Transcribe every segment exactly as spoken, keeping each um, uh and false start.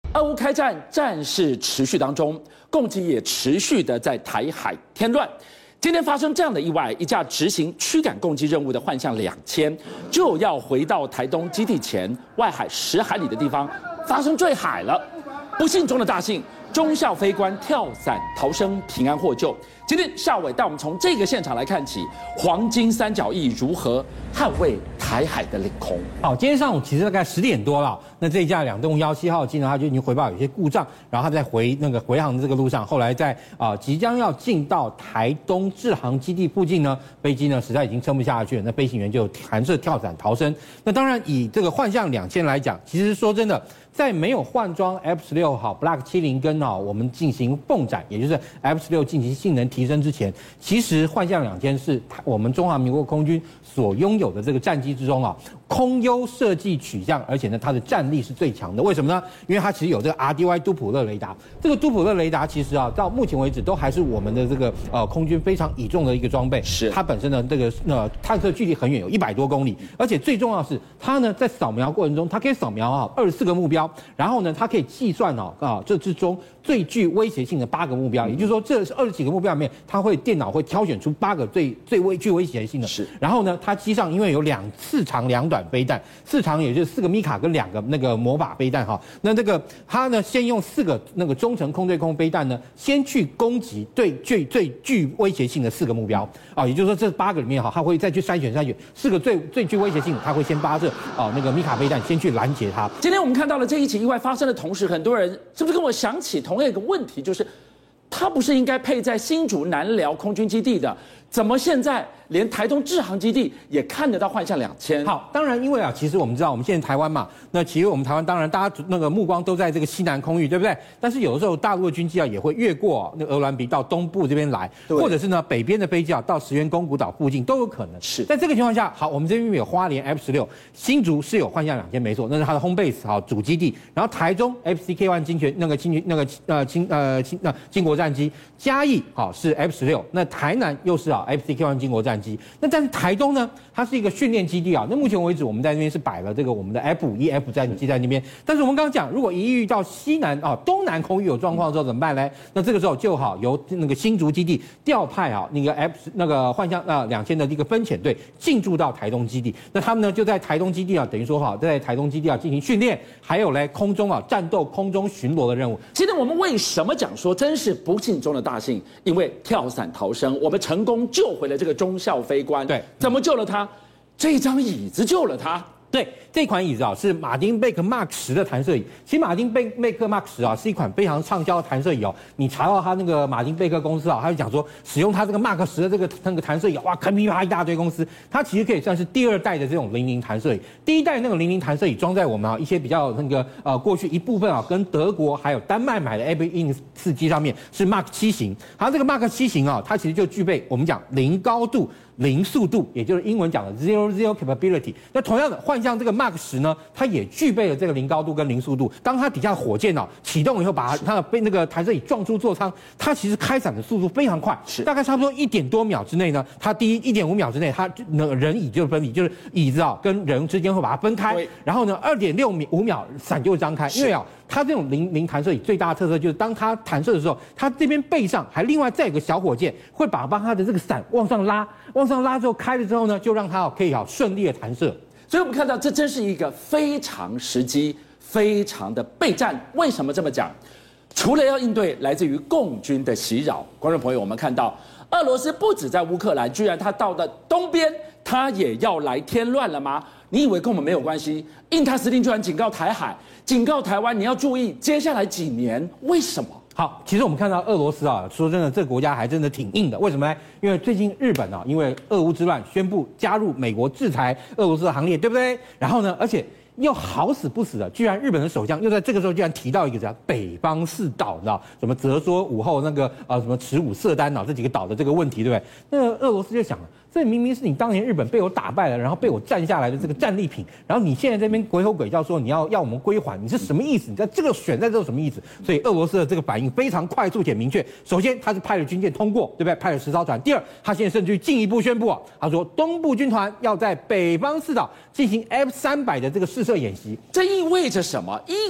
俄乌开战，战事持续当中，共机也持续的在台海添乱。今天发生这样的意外，一架执行驱赶共机任务的幻象两千就要回到台东基地前外海十海里的地方发生坠海了。不幸中的大幸，中校飞官跳伞逃生，平安获救。今天夏伟带我们从这个现场来看起，黄金三角翼如何捍卫台海的领空。 好，今天上午其实大概十点多了，那这一架两栋幺七号机呢，它就已经回报有些故障，然后它在回那个回航的这个路上，后来在啊、呃、即将要进到台东制航基地附近呢，飞机呢实在已经撑不下去了，那飞行员就弹射跳伞逃生。那当然以这个幻象两千来讲，其实说真的，在没有换装 F 十六好 Block 七零跟啊我们进行泵载，也就是 F 十六进行性能提升之前，其实幻象两千是我们中华民国空军所拥有的这个战机之中啊，空优设计取向，而且呢它的战力是最强的。为什么呢？因为它其实有这个 R D Y 都普勒雷达，这个都普勒雷达其实啊到目前为止都还是我们的这个呃空军非常倚重的一个装备。 是它本身呢这个呃探测距离很远，有一百多公里，而且最重要的是它呢在扫描过程中，它可以扫描啊二十四个目标，然后呢它可以计算哦啊这之中最具威胁性的八个目标，也就是说这二十几个目标里面，它会电脑会挑选出八个最最威具威胁性的。 是， 然后呢，它机上因为有两次长两短飞弹，四长也就是四个米卡跟两个那个魔法飞弹哈。那这个它呢，先用四个那个中程空对空飞弹呢，先去攻击对最最具威胁性的四个目标啊，也就是说这八个里面哈，它会再去筛选筛选四个最最具威胁性的，它会先发射啊那个米卡飞弹先去拦截它。 今天我们看到了这一起意外发生的同时，很多人是不是跟我想起同样一个问题，就是它不是应该配在新竹南寮空军基地的？怎么现在连台东制航基地也看得到幻象两千？ 好，当然因为啊，其实我们知道我们现在台湾嘛，那其实我们台湾当然大家那个目光都在这个西南空域，对不对？但是有的时候大陆的军机啊也会越过那个鹅銮鼻到东部这边来，或者是呢北边的飞机啊到石垣宫古岛附近都有可能。 是在这个情况下，好，我们这边有花莲 F 十六，新竹是有幻象两千没错，那是它的 home base 好主基地，然后台中 F C K 一精权那个清那个呃清呃清那经国战机，嘉义好是 F 十六，那台南又是啊 F C K 一经国战机，那但是台东呢，它是一个训练基地啊。那目前为止，我们在那边是摆了这个我们的 F 五 E F 战机在那边。但是我们刚刚讲，如果一遇到西南啊东南空域有状况的时候怎么办呢？那这个时候就好由那个新竹基地调派啊那个 F 那个幻象啊两千的一个分遣队进驻到台东基地。那他们呢就在台东基地啊，等于说哈在台东基地啊进行训练，还有嘞空中啊战斗空中巡逻的任务。 今天我们为什么讲说真是不幸中的大幸？因为跳伞逃生，我们成功救回了这个中校飞官。 对， 怎么救了他？这张椅子救了他。 对，这款椅子啊是马丁贝克 Mark 十的弹射椅。其实马丁贝贝克 Mark 十啊是一款非常畅销的弹射椅哦。你查到他那个马丁贝克公司啊，他就讲说使用他这个 Mark 十的这个那个弹射椅，哇，噼噼啪一大堆公司。它其实可以算是第二代的这种零零弹射椅。第一代那个零零弹射椅装在我们啊一些比较那个呃过去一部分啊跟德国还有丹麦买的 A B 一四机上面是 Mark 七型。它这个 Mark 七型啊，它其实就具备我们讲零高度。零速度，也就是英文讲的 zero zero capability。那同样的，幻象这个 Mark 十呢，它也具备了这个零高度跟零速度。当它底下火箭哦启动以后，把它被那个弹射椅撞出座舱，它其实开伞的速度非常快， 是大概差不多一点多秒之内呢，它第一一点五秒之内，它那个人椅就分离，就是椅子啊跟人之间会把它分开。然后呢，二点六秒五秒伞就会张开，因为啊。它这种零零弹射椅最大的特色就是，当它弹射的时候，它这边背上还另外再有个小火箭，会把帮它的这个伞往上拉，往上拉之后开了之后呢，就让它可以好顺利的弹射。 所以我们看到，这真是一个非常时机、非常的备战。为什么这么讲？除了要应对来自于共军的袭扰，观众朋友，我们看到俄罗斯不止在乌克兰，居然他到了东边，他也要来添乱了吗？你以为跟我们没有关系？印太司令居然警告台海，警告台湾，你要注意接下来几年。为什么？ 好，其实我们看到俄罗斯啊，说真的，这个国家还真的挺硬的。为什么呢？因为最近日本啊，因为俄乌之乱宣布加入美国制裁俄罗斯的行列，对不对？然后呢，而且又好死不死的，居然日本的首相又在这个时候居然提到一个叫北方四岛，你知道什么泽说午后那个呃什么池武色丹岛这几个岛的这个问题，对不对？那个俄罗斯就想了。这明明是你当年日本被我打败了，然后被我占下来的这个战利品，然后你现在这边鬼吼鬼叫说你要要我们归还，你是什么意思？你在这个选在这是什么意思？所以俄罗斯的这个反应非常快速且明确。首先，他是派了军舰通过，对不对？派了十艘船。第二，他现在甚至进一步宣布啊，他说东部军团要在北方四岛进行 F 三百的这个试射演习。 这意味着什么？一个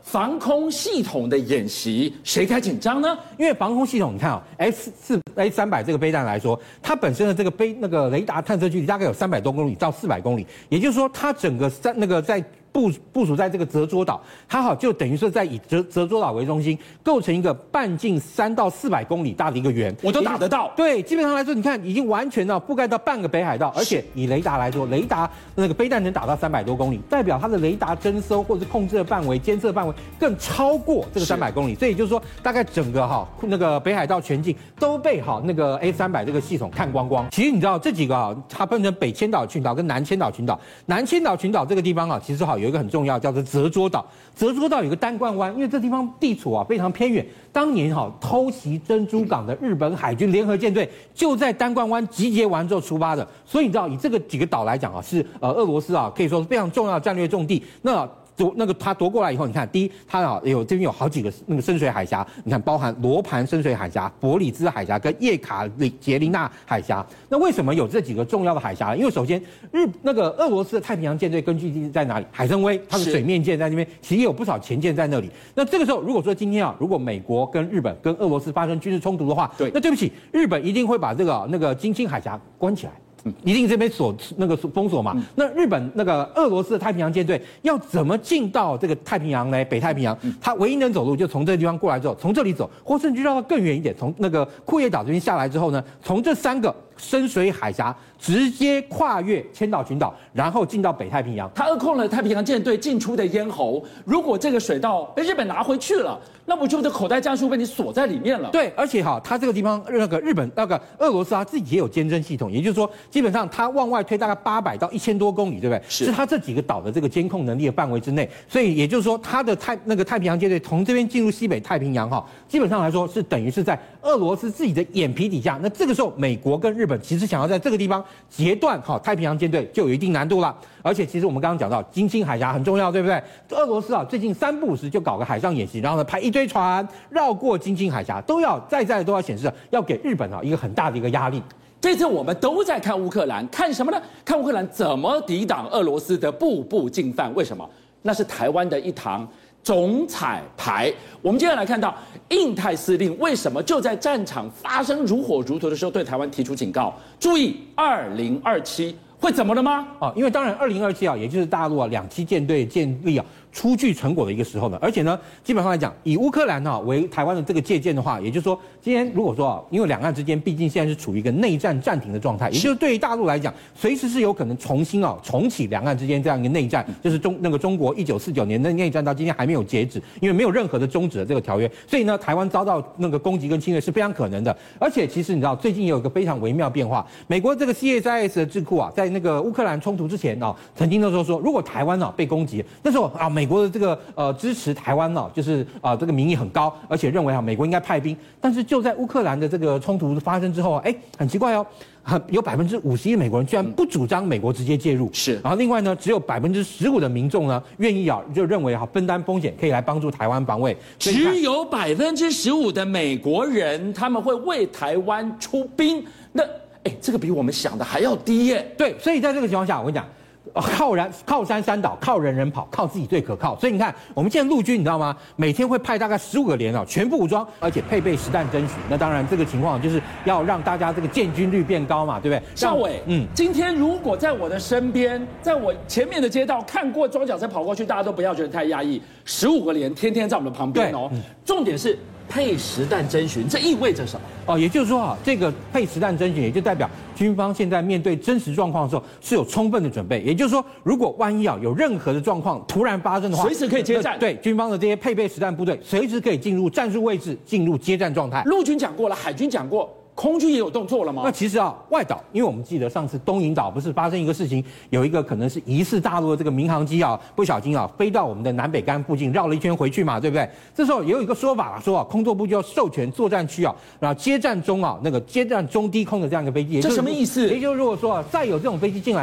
防空系统的演习，谁该紧张呢？ 因为防空系统，你看啊、哦、，S 四 A 三百这个飞弹来说，它本身的这个飞那个雷达探测距离大概有三百多公里到四百公里，也就是说，它整个在那个在部部署在这个泽捉岛，它好就等于说在以泽泽捉岛为中心，构成一个半径三到四百公里大的一个圆， 我都打得到。 对，基本上来说，你看已经完全呢覆盖到半个北海道，而且以雷达来说，雷达那个飞弹能打到三百多公里，代表它的雷达侦搜或是控制的范围、监测范围更超过这个三百公里，所以也就是说，大概整个哈那个北海道全境都被好那个 A 三百这个系统看光光。其实你知道这几个啊，它分成北千岛群岛跟南千岛群岛。南千岛群岛这个地方啊，其实好有一个很重要，叫做泽捉岛。泽捉岛有个单冠湾，因为这地方地处啊非常偏远。当年哈偷袭珍珠港的日本海军联合舰队就在单冠湾集结完之后出发的，所以你知道以这个几个岛来讲啊，是呃俄罗斯啊可以说是非常重要的战略重地。那夺那个他夺过来以后，你看，第一，他啊有这边有好几个那个深水海峡，你看包含罗盘深水海峡、伯里兹海峡跟叶卡捷琳娜海峡。那为什么有这几个重要的海峡呢？因为首先日那个俄罗斯的太平洋舰队根据地在哪里？海参崴，它的水面舰在那边，其实也有不少前舰在那里。那这个时候，如果说今天啊，如果美国跟日本跟俄罗斯发生军事冲突的话， 对， 那对不起，日本一定会把这个那个金青海峡关起来。一定这边锁那个封锁嘛？嗯、那日本那个俄罗斯的太平洋舰队要怎么进到这个太平洋呢？北太平洋，嗯、它唯一能走路就从这个地方过来之后，从这里走，或甚至绕到更远一点，从那个库页岛这边下来之后呢，从这三个深水海峡直接跨越千岛群岛，然后进到北太平洋。 它扼控了太平洋舰队进出的咽喉。如果这个水道被日本拿回去了，那不就的口袋战术被你锁在里面了？ 对，而且哈，它这个地方那个日本那个俄罗斯它自己也有监侦系统，也就是说，基本上它往外推大概八百到一千多公里，对不对？ 是， 是它这几个岛的这个监控能力的范围之内。所以也就是说，它的太那个太平洋舰队从这边进入西北太平洋哈，基本上来说是等于是在俄罗斯自己的眼皮底下。那这个时候，美国跟日本其实想要在这个地方截断好太平洋舰队，就有一定难度了。而且其实我们刚刚讲到金青海峡很重要，对不对？俄罗斯啊，最近三不五时就搞个海上演习，然后呢派一堆船绕过金青海峡，都要再再都要显示要给日本啊一个很大的一个压力。 这次我们都在看乌克兰，看什么呢？看乌克兰怎么抵挡俄罗斯的步步进犯。为什么？那是台湾的一堂总彩排。我们接下来看到印太司令为什么就在战场发生如火如荼的时候对台湾提出警告，注意二零二七会怎么了吗？ 啊，因为当然二零二七啊，也就是大陆啊两栖舰队建立啊初具成果的一个时候呢，而且呢，基本上来讲，以乌克兰啊为台湾的这个借鉴的话，也就是说，今天如果说啊，因为两岸之间毕竟现在是处于一个内战暂停的状态，也就是对于大陆来讲，随时是有可能重新啊重启两岸之间这样一个内战，就是中那个中国一九四九年的内战到今天还没有截止，因为没有任何的终止的这个条约，所以呢，台湾遭到那个攻击跟侵略是非常可能的。而且其实你知道，最近也有一个非常微妙变化，美国这个 C S I S 的智库啊，在那个乌克兰冲突之前啊，曾经那时候说，如果台湾啊被攻击，那时候啊美国的这个呃支持台湾呢，就是啊这个民意很高，而且认为啊美国应该派兵。但是就在乌克兰的这个冲突发生之后啊，哎，很奇怪哦，有百分之五十一的美国人居然不主张美国直接介入， 是。 然后另外呢，只有百分之十五的民众呢愿意啊就认为啊分担风险，可以来帮助台湾防卫。 只有百分之十五的美国人他们会为台湾出兵，那哎这个比我们想的还要低耶。 对，所以在这个情况下，我跟你讲。靠山靠山山倒，靠人人跑，靠自己最可靠。所以你看，我们现在陆军你知道吗？每天会派大概十五个连啊，全部武装，而且配备实弹侦巡。那当然，这个情况就是要让大家这个建军率变高嘛，对不对？ 少伟，嗯，今天如果在我的身边，在我前面的街道看过装甲车跑过去，大家都不要觉得太压抑。十五个连天天在我们旁边哦，嗯、重点是。配实弹侦巡，这意味着什么？ 哦，也就是说啊，这个配实弹侦巡，也就代表军方现在面对真实状况的时候是有充分的准备。也就是说，如果万一啊有任何的状况突然发生的话， 随时可以接战。 对，军方的这些配备实弹部队，随时可以进入战术位置，进入接战状态。 陆军讲过了，海军讲过。空军也有动作了吗？ 那其实啊，外岛，因为我们记得上次东引岛不是发生一个事情，有一个可能是疑似大陆的这个民航机啊，不小心啊飞到我们的南北竿附近，绕了一圈回去嘛，对不对？这时候也有一个说法啦，说啊，空作部就要授权作战区啊，然后接战中啊，那个接战中低空的这样一个飞机， 这什么意思？ 也就是如果说啊，再有这种飞机进来的话，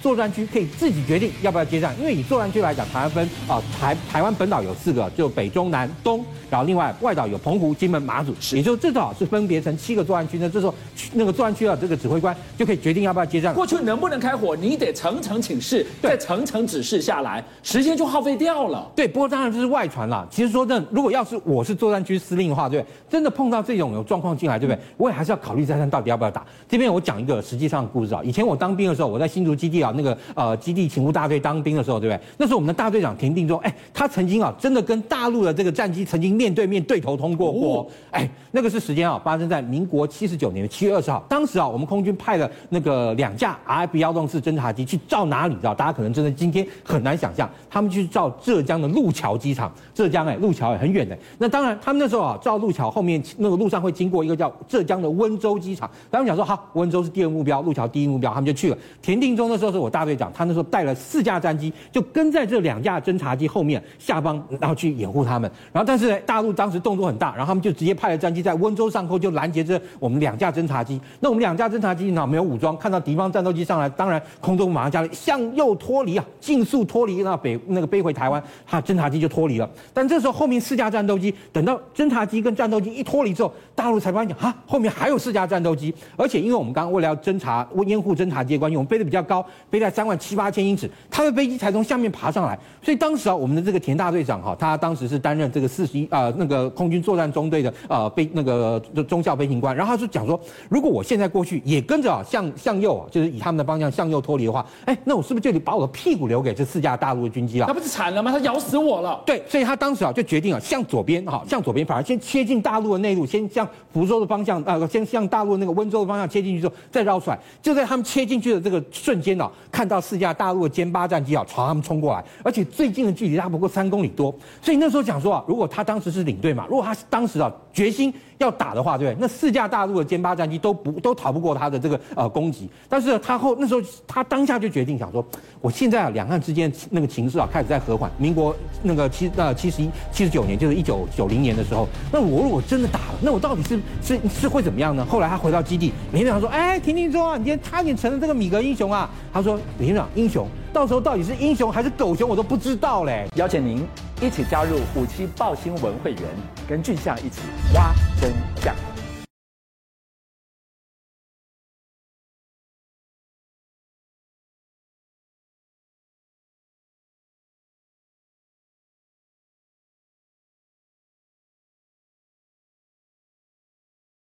作战区可以自己决定要不要接战，因为以作战区来讲，台湾分啊台台湾本岛有四个，就北中南东，然后另外外岛有澎湖、金门、马祖，也就这岛是分别成七个作战区。那这时候那个作战区的这个指挥官就可以决定要不要接战。 过去能不能开火，你得层层请示，再层层指示下来，时间就耗费掉了。 对，不过当然这是外传啦。其实说真的，如果要是我是作战区司令的话，对不对？真的碰到这种有状况进来，对不对？我也还是要考虑再三到底要不要打。这边我讲一个实际上的故事啊。以前我当兵的时候，我在新竹基地啊，那个呃基地勤务大队当兵的时候，对不对？那时候我们的大队长田定中，哎，他曾经啊真的跟大陆的这个战机曾经面对面对头通过过。哎，那个是时间啊，发生在民国七十九年的七月二十号。当时啊，我们空军派了那个两架 R F 幺洞四侦察机去照哪里？知道？大家可能真的今天很难想象，他们去照浙江的路桥机场。浙江哎，路桥哎很远的。那当然，他们那时候啊照路桥后面那个路上会经过一个叫浙江的温州机场。他们想说好，温州是第二目标，路桥第一目标，他们就去了。田定中那时候是我大队长，他那时候带了四架战机，就跟在这两架侦察机后面下方，然后去掩护他们。然后但是呢，大陆当时动作很大，然后他们就直接派了战机在温州上空就拦截着我们两架侦察机。那我们两架侦察机呢没有武装，看到敌方战斗机上来，当然空中马上加了向右脱离啊，尽速脱离，那北那个飞回台湾，他侦察机就脱离了。但这时候后面四架战斗机，等到侦察机跟战斗机一脱离之后，大陆才发现啊，后面还有四架战斗机，而且因为我们刚刚为了要侦察、掩护侦察机的关系，我们飞得比较高，飞在三万七八千英尺，他的飞机才从下面爬上来。所以当时啊，我们的这个田大队长哈，他当时是担任这个四十一啊那个空军作战中队的呃飞那个中校飞行官，然后他就讲说，如果我现在过去也跟着啊向向右啊，就是以他们的方向向右脱离的话，哎，那我是不是就得把我的屁股留给这四架大陆的军机了？ 那不是惨了吗？他咬死我了。 对，所以他当时啊就决定啊向左边哈，向左边反而先切进大陆的内陆，先向福州的方向呃，先向大陆那个温州的方向切进去之后，再绕出来。就在他们切进去的这个瞬间呢、啊，看到四架大陆的歼八战机啊朝他们冲过来，而且最近的距离大概不过三公里多。所以那时候讲说啊，如果他当时是领队嘛，如果他当时啊决心要打的话，对不对？那四架大陆的歼八战机都不都逃不过他的这个呃攻击。但是他后那时候他当下就决定想说，我现在啊两岸之间那个情势啊开始在和缓。民国那个七呃七十一七十九年，就是一九九零年的时候，那我如果真的打了，那我到底是是是会怎么样呢？后来他回到基地，连长说，哎，田定中啊，你今天差点成了这个米格英雄啊。他说，连长英雄，到时候到底是英雄还是狗熊，我都不知道嘞。 邀请您一起加入五七爆新闻会员，跟俊相一起挖真相。